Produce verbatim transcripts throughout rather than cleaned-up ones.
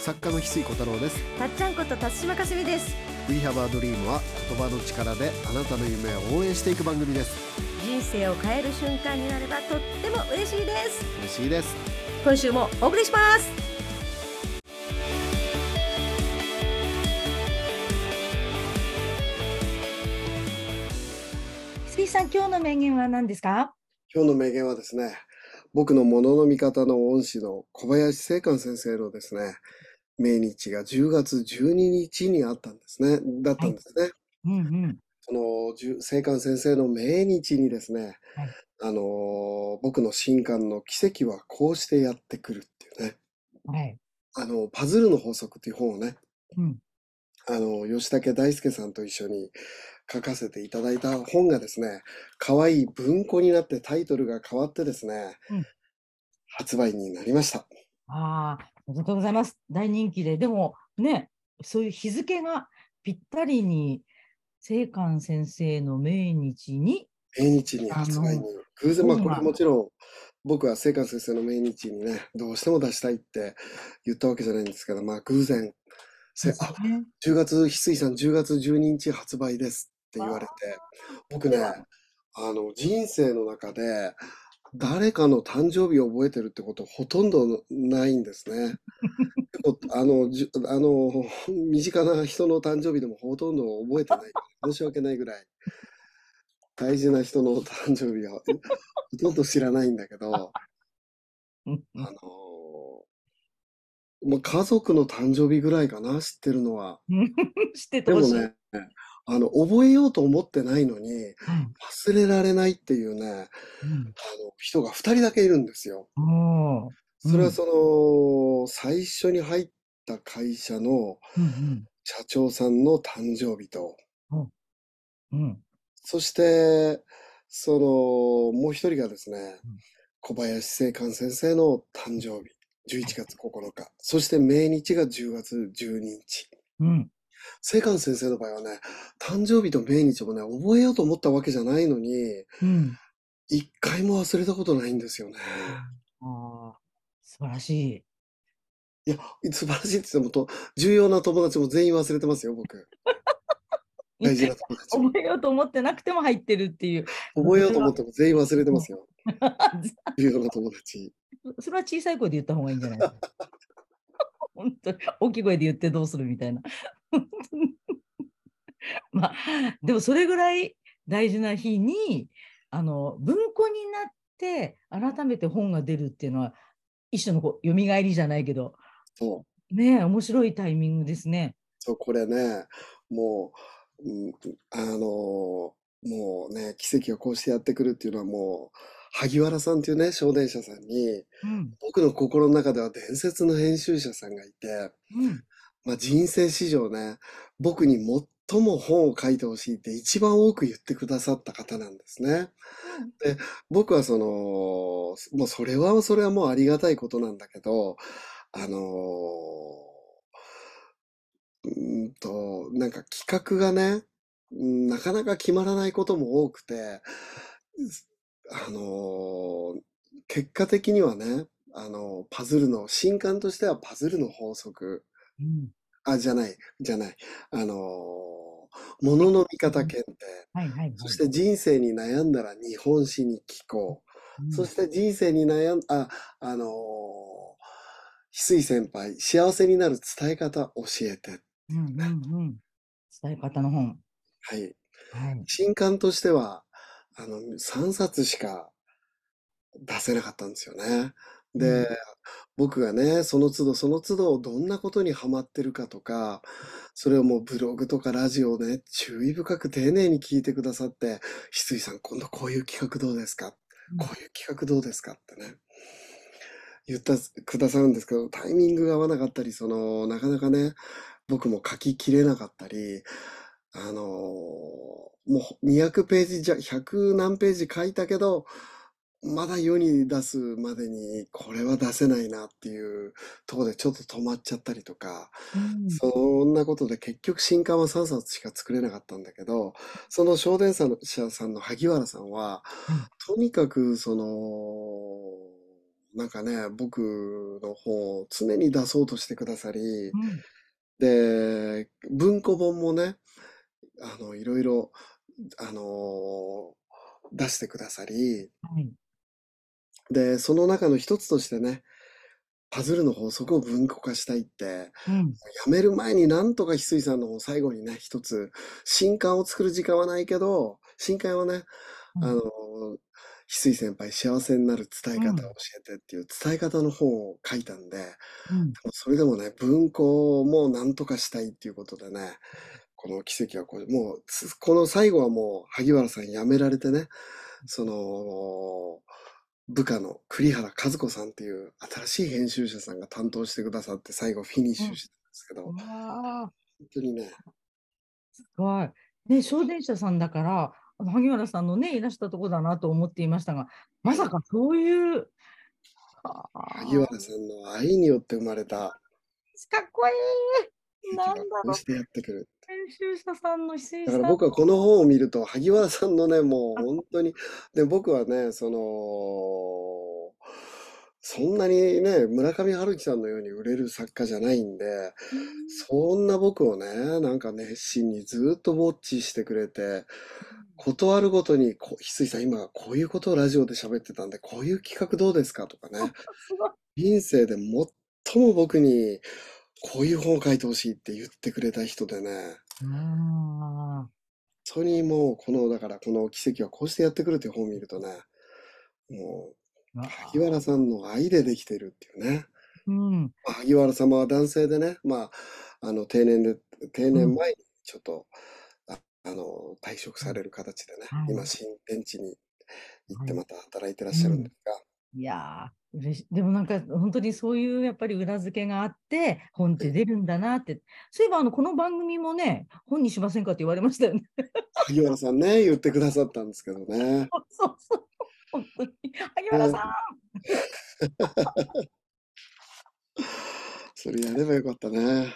作家の翡翠小太郎です。 たっちゃんこと辰島かすみです。 We Have a Dream は言葉の力であなたの夢を応援していく番組です。 人生を変える瞬間になればとっても嬉しいです。 嬉しいです。 今週もお送りします。翡翠さん、今日の名言は何ですか？ 今日の名言はですね、僕のものの見方の恩師の小林正観先生のですね、命日がじゅうがつじゅうににちにあったんですね、だったはい。 んですね。 うんうん。 そのじゅ正観先生の命日にですね、 はい。 あのー僕の新刊の奇跡はこうしてやってくるっていうね、 はい。 あの、パズルの法則っていう本をね、 うん。 あの、吉武大輔さんと一緒に書かせていただいた本がですね、可愛い文庫になってタイトルが変わってですね、 うん。 発売になりました。 ああ、おめでとうございます。大人気で。でもね、そういう日付がぴったりに、清観先生の命日に、 命日にあの、 発売に。偶然、まあこれ本がもちろん、僕は清観先生の命日にね、どうしても出したいって言ったわけじゃないんですけど、まあ偶然、せ、 ですあ、 ね。 じゅうがつ、翡翠さんじゅうがつじゅうににち発売ですって言われて、 ああ、 僕ね、 では、 あの、人生の中で、誰かの誕生日を覚えてるってことほとんどないんですね。結構、あの、じゅ、あの、身近な人の誕生日でもほとんど覚えてない。申し訳ないぐらい。大事な人の誕生日はほとんど知らないんだけど、 うんうあんの、まあ、家族の誕生日ぐらいかな、知ってるのは。 知っててほしい。 でもね、あの、覚えようと思ってないのに、 はい。 忘れられないっていうね、あうん。 の、人が二人だけいるんですよ。 おー。うん。 それはその、最初に入った会社のうん。 社長さんの誕生日と、 うん。うん。 そして、その、もう一人がですね、 うん。 小林正観先生の誕生日、11 はい。 月ここのか、そして命日がじゅうがつじゅうににち。 うん。 正観先生の場合はね、誕生日と命日もね、覚えようと思ったわけじゃないのに、 うん。 一回も忘れたことないんですよね。 ああ、素晴らしい。 いや、素晴らしいって言ってもと、重要な友達も全員忘れてますよ、僕。大事な友達も。 覚えようと思ってなくても入ってるっていう。 覚えようと思っそれは、 ても全員忘れてまもすよ。 う重要な友達。 それは小さい声で言った方がいいんじゃないですか。本当に大きい声で言ってどうするみたいな。まあ、でもそれぐらい大事な日に、あの、文庫になって改めて本が出るっていうのは、一種のこう、蘇りじゃないけど、 そう。 ねえ、面白いタイミングですね。 そう、これね、もう、うん、あの、もうね、奇跡がこうしてやってくるっていうのはもう、萩原さんっていうね、小電車さんに、 うん。 僕の心の中では伝説の編集者さんがいて、 うん。 まあ、人生史上ね、僕に最も本を書いてほしいって一番多く言ってくださった方なんですね。 うん。 で、僕はその、もうそれはそれはもうありがたいことなんだけど、あのうーんと、なんか企画がね、うん、なかなか決まらないことも多くて、すあの、結果的にはね、あの、パズルの、新刊としてはパズルの法則、 うん。 あ、じゃない、じゃない、あの、ものの見方検定、 はいはいはい。 そして人生に悩んだら日本史に聞こう、 うん。 そして人生に悩ん、あ、あの、翡翠先輩、幸せになる伝え方教えてっていううんうんうん。伝え方の本。 はい。 はい。 新刊としては、あの、さんさつしか出せなかったんですよね。 うん。 で、僕がね、その都度その都度どんなことにハマってるかとか、それをもうブログとかラジオで注意深く丁寧に聞いてくださって、翡翠さん今度こういう企画どうですか、 うん。 こういう企画どうですかってね、言ったくださるんですけど、タイミングが合わなかったり、その、なかなかね、僕も書ききれなかったり、あのもうにひゃくページじゃ、ひゃく何ページ書いたけど、まだ世に出すまでにこれは出せないなっていうところでちょっと止まっちゃったりとか、 うん。 そんなことで結局新刊はさんさつしか作れなかったんだけど、その小電車さんの萩原さんは、 はい。 とにかくその、 なんかね、僕の本を常に出そうとしてくださり、 うん。 で、文庫本もね、あの、いろいろ、あの出してくださり、 はい。 で、その中の一つとしてね、パズルの法則を文庫化したいって、 うん。 辞める前になんとか翡翠さんの方最後にね、一つ、新刊を作る時間はないけど、新刊はね、 うん。 あの、翡翠先輩幸せになる伝えうん。 方を教えてっていう伝え方の本を書いたんで、でうん。 もそれでもね、文庫もなんとかしたいっていうことでね、この奇跡はこう、もう、つこの最後はもう、萩原さん辞められてね、その、部下の栗原和子さんっていう新しい編集者さんが担当してくださって最後フィニッうん。 シュしたんですけど、 うわあ、 本当にね、 すごい。ね、小電車さんだから、あの萩原さんのね、いらしたとこだなと思っていましたが、まはい、 さかそういう、あ萩原あ、 さんの愛によって生まれたかっこいい。 奇跡なんだろう。 はこうしてやってくる。 編集者さんの石井だからさん僕はこの本を見ると、萩原さんのね、もう本当に、で、僕はね、その、そんなにね、村上春樹さんのように売れる作家じゃないんで、 の。 そんな僕をね、なんか熱心にずっとウォッチしてくれて、ことあるごとに、こ翡翠さん今こういうことをラジオで喋ってたんで、こういう企画どうですかとかね、 すごい。 人生で最も僕にこういう本を書いてほしいって言ってくれた人でね、 あ本当にもうこの、だからこの奇跡はこうしてやってくるという本を見るとね、もう、 あ、 萩原さんの愛でできてるっていうね。 うん、 まあ萩原様は男性でね、まあ、あの、定年で、定うん、 年前にちょっと、あ、あの、退職される形でね、 はい、 今新天地に行っはい、 てまた働いてらっしゃるんうん。 ですが、 いやー、嬉しい。でもなんか、本当にそういうやっぱり裏付けがあって、本って出るんだなって。そういえば、あの、この番組もね、本にしませんかって言われましたよね。 萩原さんね、言ってくださったんですけどね。 そうそう。本当に。萩原さね、 ん。 それやればよかったね。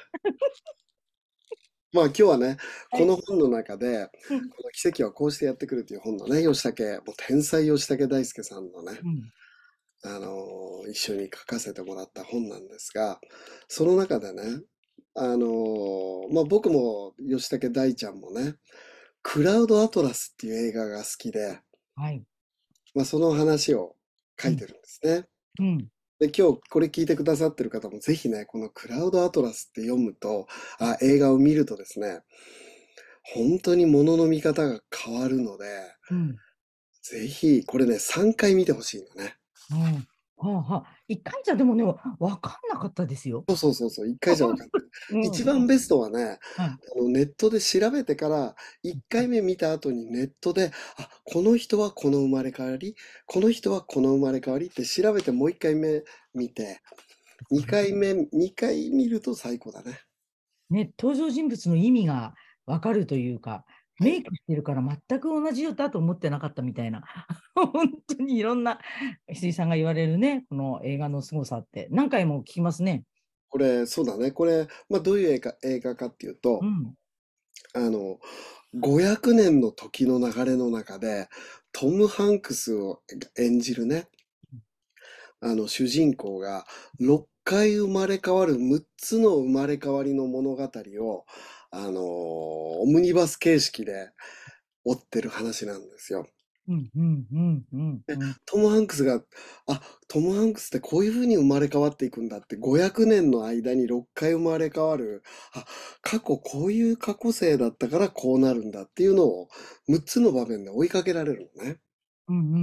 まあ今日はね、 はい。 この本の中で、 うん。 この奇跡はこうしてやってくるという本のね、吉武、もう天才吉武大輔さんのね、 うん。 あの、一緒に書かせてもらった本なんですが、その中でね、あの、まあ僕も吉武大ちゃんもね、クラウドアトラスっていう映画が好きで、 はい。 まあその話をうん。 書いてるんですね。 うん。 で、今日これ聞いてくださってる方もぜひね、このクラウドアトラスって読むと、あ、映画を見るとですね、本当に物の見方が変わるので、 うん。 ぜひ、これね、さんかい見てほしいのね。 うん。はあはあ。一回じゃでもね、わかんなかったですよ。 そうそうそうそう、いっかいじゃわかんない。 うん。 一番ベストはね、 はい。 あのネットで調べてから、いっかいめ見た後にネットで、あ、この人はこの生まれ変わり、この人はこの生まれ変わりって調べてもういっかいめ見て、2 それ回目、にかい見ると最高だね。 ね、登場人物の意味がわかるというか、 はい。 メイクしてるから全く同じだと思ってなかったみたいな、本当にいろんな、石井さんが言われるね、この映画の凄さって、何回も聞きますね。 これ、そうだね。これ、まあ、どういう映画、映画かっていうと、 うん。 あの、ごひゃくねんの時の流れの中で、トム・ハンクスを演じるね、あの、主人公がろっかい生まれ変わるむっつの生まれ変わりの物語を、あのーオムニバス形式で追ってる話なんですよ。 うん、うん、うん、うん、うん。 トム・ハンクスが、あ、トム・ハンクスってこういう風に生まれ変わっていくんだって、ごひゃくねんの間にろっかい生まれ変わる、あ、過去こういう過去生だったからこうなるんだっていうのをむっつの場面で追いかけられるのね。 うん、うん、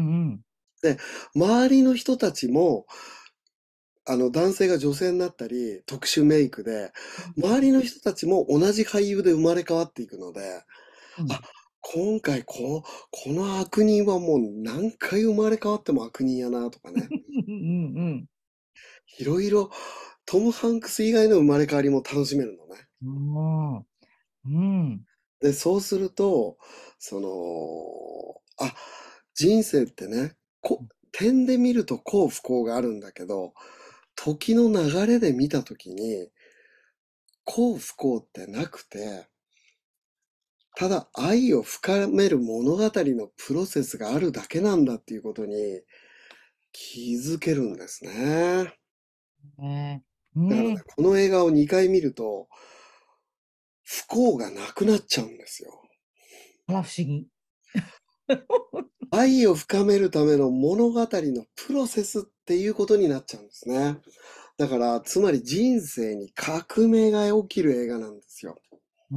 で、周りの人たちも、あの、男性が女性になったり、特殊メイクで、周りの人たちも同じ俳優で生まれ変わっていくので、 うん、 あ、今回こ、この悪人はもう何回生まれ変わっても悪人やなとかね。 うん、うん、 いろいろ、トム・ハンクス以外の生まれ変わりも楽しめるのね。 うん、うん、 で、そうすると、その、あ、人生ってね、こ、点で見ると幸不幸があるんだけど、時の流れで見たときに、幸不幸ってなくて、ただ愛を深める物語のプロセスがあるだけなんだっていうことに気づけるんですね。 ね。うだからね、 ん。 この映画をにかい見ると、不幸がなくなっちゃうんですよ。 あら、不思議。 愛を深めるための物語のプロセスっていうことになっちゃうんですね。だから、つまり人生に革命が起きる映画なんですよ。 うん。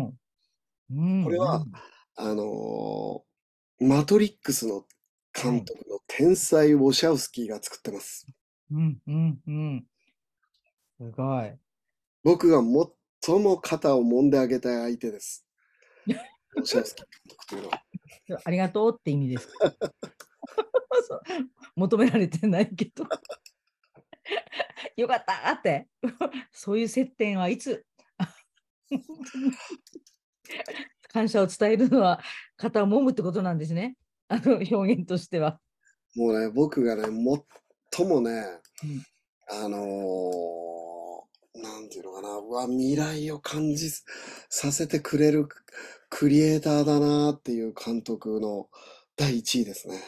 うん。うこれは、 ん。 あのーマトリックスのはい。 監督の天才ウォシャウスキーが作ってます。 うん。うん。うん。すごい。 僕が最も肩を揉んであげたい相手です。ウォシャウスキー監督というのは。 ありがとうって意味ですか？そう求められてないけど。よかったって。そういう接点はいつ本当に感謝を伝えるのは肩を揉むってことなんですね。あの表現としては。 もうね、僕がね、最もね、 うん。 あのーなんていうのかな、うわ、未来を感じさせてくれるクリエイターだなっていう監督のだいいちいですね。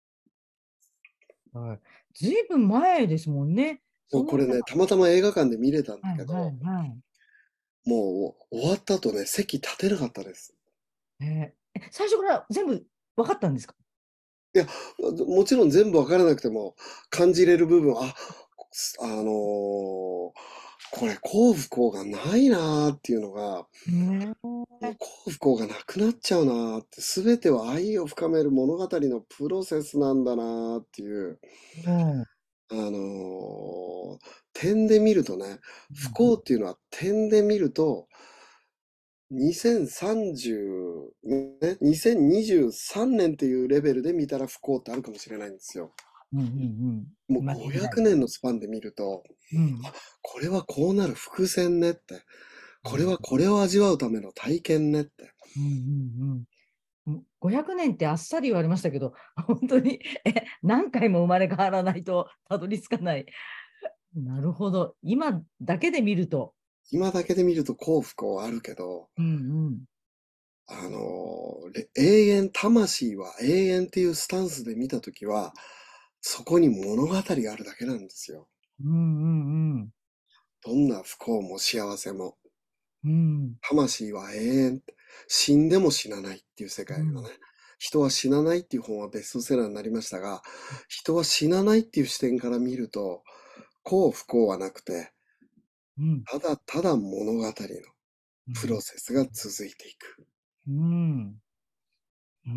はい。ずいぶん前ですもんね。そんなになもうこれね、たまたま映画館で見れたんだはいはけど、 いはい。 もう終わった後ね、席立てなかったです。 えーえ最初から全部分かったんですか？ いや、もちろん全部わからなくても感じれる部分、あ、あのーこれ幸不幸がないなーっていうのが、 ねもうえ。 幸不幸がなくなっちゃうなーって、すべては愛を深める物語のプロセスなんだなーっていう、 うん。うんあのー点で見るとね、不幸っていうのは点で見ると、にせんさんじゅう、ね、にせんにじゅうさんねんっていうレベルで見たら不幸ってあるかもしれないんですよ。 うんうん。 もう今現 500 在。 年のスパンで見ると、 うん。 あ、これはこうなる伏線ねって、これうんはこれを味わうための体験ねって。 うんうんうん。ごひゃくねんってあっさり言われましたけど、本当に、え、何回も生まれ変わらないとたどり着かない。なるほど。今だけで見ると。 今だけで見ると幸福はあるけど、 うんうん。 あのー永遠、魂は永遠っていうスタンスで見たときは、そこに物語があるだけなんですよ。 うんうんうん。 どんな不幸も幸せも。 うん。 魂は永遠って。死んでも死なないっていう世界のね。 うん。 人は死なないっていう本はベストセラーになりましたが、人は死なないっていう視点から見ると、幸不幸はなくて、 うん。 ただただ物語のプロうん。 セスが続いていく。 うん。うん。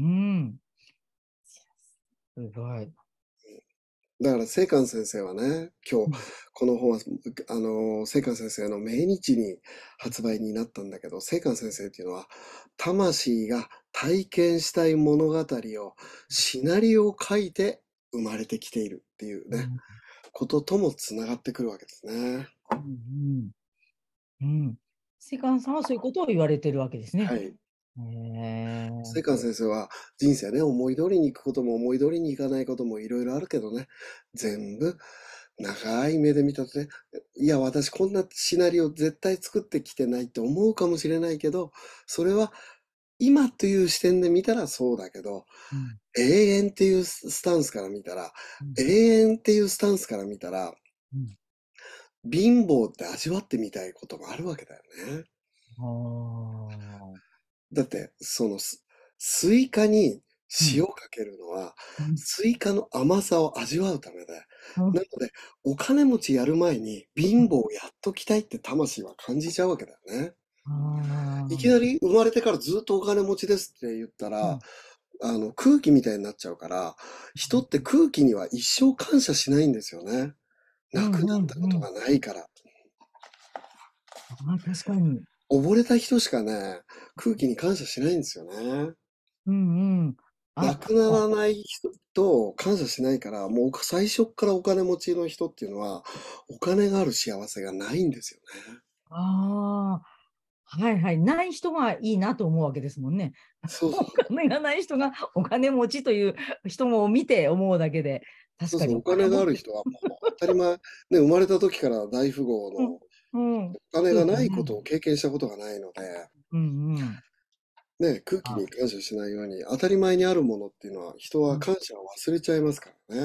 すごい。 だから、聖寛先生はね、今日、 うん。 この本は、あの、聖寛先生の命日に発売になったんだけど、聖寛先生っていうのは、魂が体験したい物語を、シナリオを書いて生まれてきているっていうね、 うんことともつながってくるわけですね。 うんうん。うん。セカンさんはそういうことを言われてるわけですね。 はい。 へえ。 聖寛先生は、人生ね、思い通りに行くことも思い通りに行かないこともいろいろあるけどね、全部、長い目で見たとね、いや、私こんなシナリオ絶対作ってきてないって思うかもしれないけど、それは今という視点で見たらそうだけど、 うん永遠っていうスタンスから見たら、 うん永遠っていうスタンスから見たら、 うん貧乏って味わってみたいこともあるわけだよね。 ああ。 だって、そのス、スイカにうん塩かけるのは、 うんスイカの甘さを味わうためで、 うんなので、お金持ちやる前に貧乏をやっときたいって魂は感じちゃうわけだよね。 ああ。 いきなり生まれてからずっとお金持ちですって言ったら、 うんあの、空気みたいになっちゃうから、人って空気には一生感謝しないんですよね。なくなうんうんうん。 ったことがないから。 ああ、確かに。 溺れた人しかね、空気に感謝しないんですよね。 うんうん。あ、 なくなあ、 らない人と感謝しないから、もう最初っからお金持ちの人っていうのは、お金がある幸せがないんですよね。 ああ、はいはい。ない人がいいなと思うわけですもんね。おそうそう。 金がない人がお金持ちという人も見て思うだけで、確かにそうそう、お金がお金持って、 ある人はもう当たり前、ね、生まれた時から大富豪のうん、 おうん、 金がないそうですよね。 ことを経験したことがないので、 うんうん。 ね、空気あ、 に感謝しないように、当たり前にあるものっていうのは人はうん感謝を忘れちゃいますからね。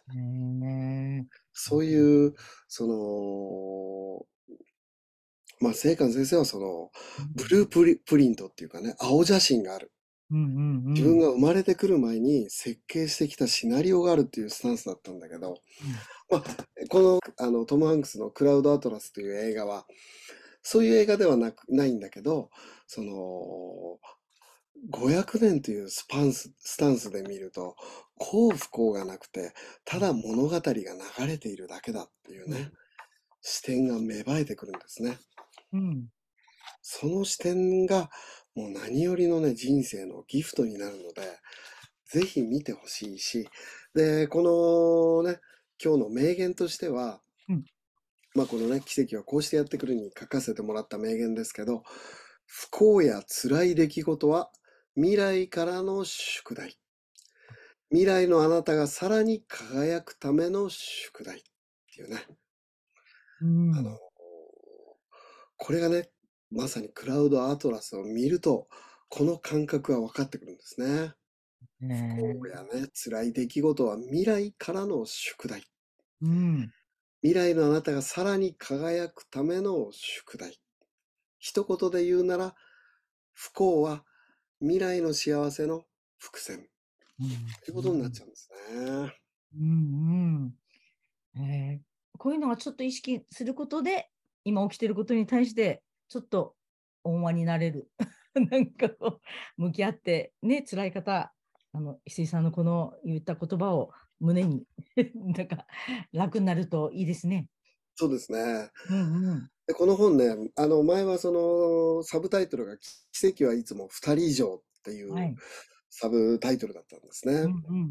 ねえ。 そういう、その、まあ、聖寛先生はその、 うん。 ブループリ、プリントっていうかね、青写真がある。 うんうんうん。 自分が生まれてくる前に設計してきたシナリオがあるっていうスタンスだったんだけど、 うん。 まあ、この、あの、トム・ハンクスのクラウドアトラスという映画は、そういう映画ではなく、ないんだけど、その、ごひゃくねんというスパンス、スタンスで見ると、幸不幸がなくて、ただ物語が流れているだけだっていううん。 ね、視点が芽生えてくるんですね。 うん。 その視点が、もう何よりのね、人生のギフトになるので、ぜひ見てほしいし、で、このね、今日の名言としては、 うん。 まあこのね、奇跡はこうしてやってくるに書かせてもらった名言ですけど、不幸や辛い出来事は未来からの宿題。未来のあなたがさらに輝くための宿題っていうね。 うあの、 ん。 これがね、まさにクラウドアトラスを見ると、この感覚が分かってくるんですね。不ねえ。 幸やね、辛い出来事は未来からの宿題。 うん。 未来のあなたがさらに輝くための宿題。一言で言うなら、不幸は未来の幸せの伏線。 うん。 ということになっうん。 ちゃうんですね。 うんうん。えーこういうのがちょっと意識することで、今起きてることに対して、ちょっと温和になれる。なんかこう、向き合って、ね、辛い方、あの、石井さんのこの言った言葉を胸に、なんか楽になるといいですね。 そうですね。 うんうん。 で、この本ね、あの、前はその、サブタイトルが奇跡はいつも二人以上っていうはい。 サブタイトルだったんですね。 うんうんうん。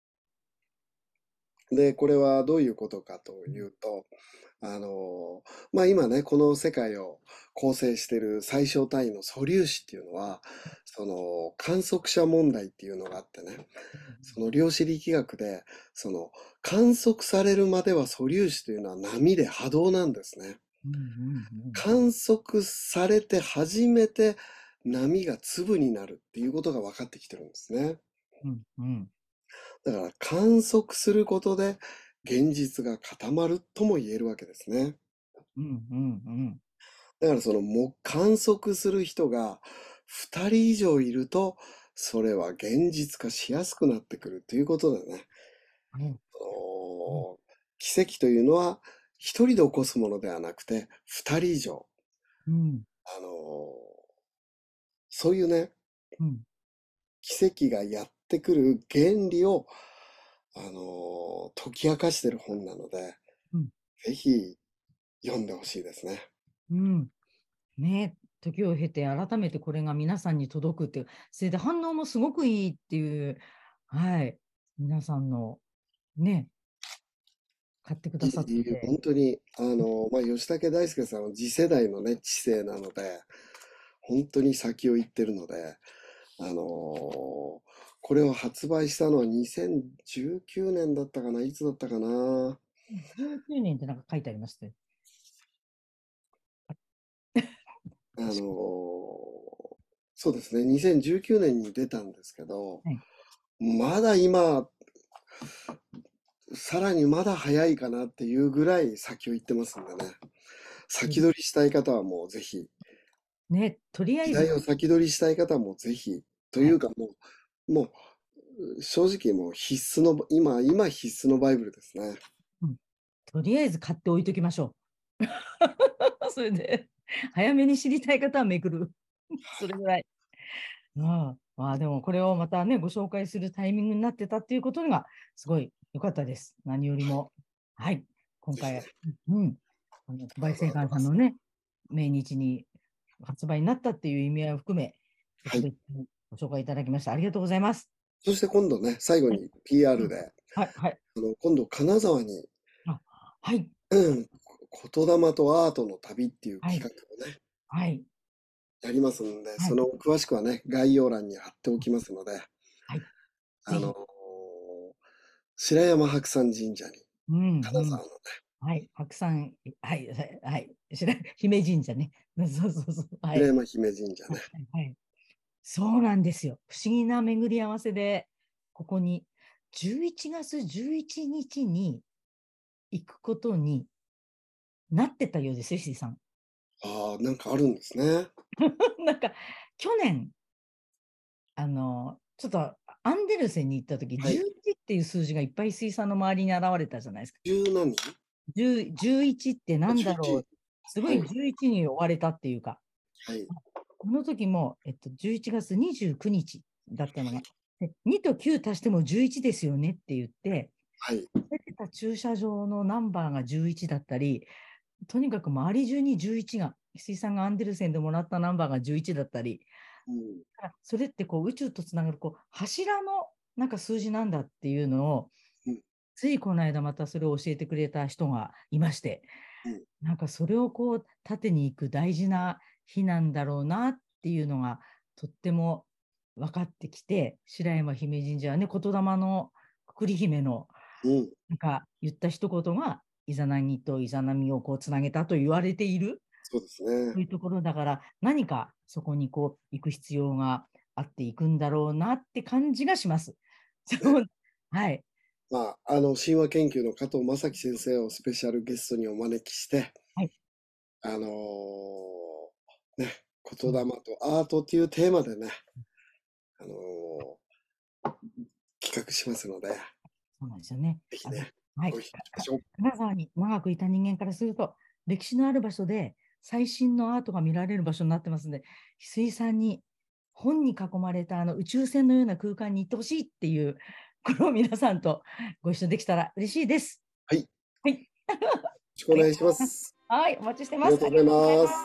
で、これはどういうことかとうんいうと、あの、まあ、今ね、この世界を構成している最小単位の素粒子っていうのは、その観測者問題っていうのがあってね、その量子力学で、その観測されるまでは素粒子というのは波で波動なんですね。 うんうんうん。 観測されて初めて波が粒になるっていうことが分かってきてるんですね。 うんうん。 だから観測することで現実が固まるとも言えるわけですね。 うんうんうん。 だからそのも観測する人がふたり以上いると、それは現実化しやすくなってくるということでね。 はい。うん。 お奇跡というのは一人で起こすものではなくて二人以上。 うん。 あのーそういうね、 うん。 奇跡がやってくる原理を、あのー解き明かしている本なので、 うん。 ぜひ読んでほしいですね。 うん。ね、時を経て改めてこれが皆さんに届くっていう、それで反応もすごくいいっていう、はい、皆さんのね、買ってくだいさっいて、 本当に、あのーまあ、吉武大輔さんは次世代のね、知性なので、本当に先を行ってるので、あのーこれを発売したのはにせんじゅうきゅうねんだったかな、いつだったかな。 じゅうきゅうねんってなんか書いてありましたよ。 あの確かーそうですね、にせんじゅうきゅうねんに出たんですけど、 に。はい。 まだ今、さらにまだ早いかなっていうぐらい先を行ってますんでね。先取りしたい方はもうぜひ、 ね、とりあえず、 時代を先取りしたい方はもうぜひ、とはい。 いうかもう、もう、正直もう必須の、今、今必須のバイブルですね。 うん、とりあえず買っておいときましょう。それで、早めに知りたい方はめくる。それぐらい。ああ、まあでもこれをまたね、ご紹介するタイミングになってたっていうことが、すごい良かったです。何よりも。はい。今ぜひね、 回、うん。あの小クラウ林正観ドアトラス。 さんのね、命日に発売になったっていう意味合いを含め、 はい。 特別にご紹介いただきました。ありがとうございます。 そして今度ね、最後はい。 に ピーアールうん。 で、 はい。はい。 あの、今度金沢に、 あ、はい。 うん、言霊とアートの旅っていうはい。 企画をね、 はい。 やりますんで、 はい。 その詳しくはね、概要欄に貼っておきますので、 はい。ぜあの、 ひ。 白山白山神社に、 うん。うん。 金沢のね、 はい。白山、はい。はい。白姫神社ね。そうそうそう。はい。 白山姫神社はい。 ね。 はい。そうなんですよ。不思議な巡り合わせで、ここに。 じゅういちがつじゅういちにちに行くことになってたようですよ、石井さん。 ああ、なんかあるんですね。 なんか、去年、あの、ちょっとアンデルセンに行った時、 はい。 じゅういちっていう数字がいっぱい石井さんの周りに現れたじゃないですか。 十何？ じゅう、じゅういちってなあ、 んだろう。 じゅういち。 すごはいい。 じゅういちに追われたっていうか、 はい。 この時も、えっと、じゅういちがつにじゅうくにちだったのが、でにときゅう足してもじゅういちですよねって言って、 はい。 出てた駐車場のナンバーがじゅういちだったり、とにかく周り中にじゅういちが、石井さんがアンデルセンでもらったナンバーがじゅういちだったり、 うん。 それってこう宇宙とつながるこう柱のなんか数字なんだっていうのを、 うん。 ついこの間またそれを教えてくれた人がいまして、 うん。 なんかそれをこう縦に行く大事な日なんだろうなっていうのがとっても分かってきて、白山姫神社はね、言霊のくくり姫のうん。 なんか言った一言がイザナギとイザナミをこうつなげたと言われている、 そうですそうね。 いうところだから、何かそこにこう行く必要があっていくんだろうなって感じがします。そね。 う、はい。 まあ、あの、神話研究の加藤正樹先生をスペシャルゲストにお招きして、 はい。 あのーね、 うん、 言霊とアートっていうテーマでね、あのー企画しますので、ぜそうなんですよね。あの、 ひね、 はい。 お聞きしかかましょう。 金沢に長くいた人間からすると、歴史のある場所で最新のアートが見られる場所になってますので、翡翠さんに本に囲まれたあの宇宙船のような空間に行ってほしいっていう、これを皆さんとご一緒できたら嬉しいです。 はい。よはい。 ろしくありがお願いしまとうございます。 す。 はい、お待ちしてます。 ありがとうございありがとうございます。 ます。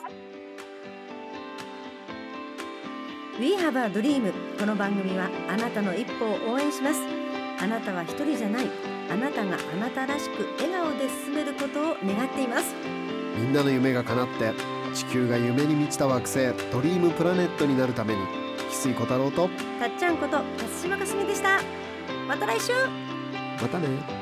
We have a dream。 この番組はあなたの一歩を応援します。あなたは一人じゃない。あなたがあなたらしく笑顔で進めることを願っています。 みんなの夢が叶って地球が夢に満ちた惑星ドリームプラネットになるために、翡翠小太郎とたっちゃんこと辰島かすみでした。また来週。 またね。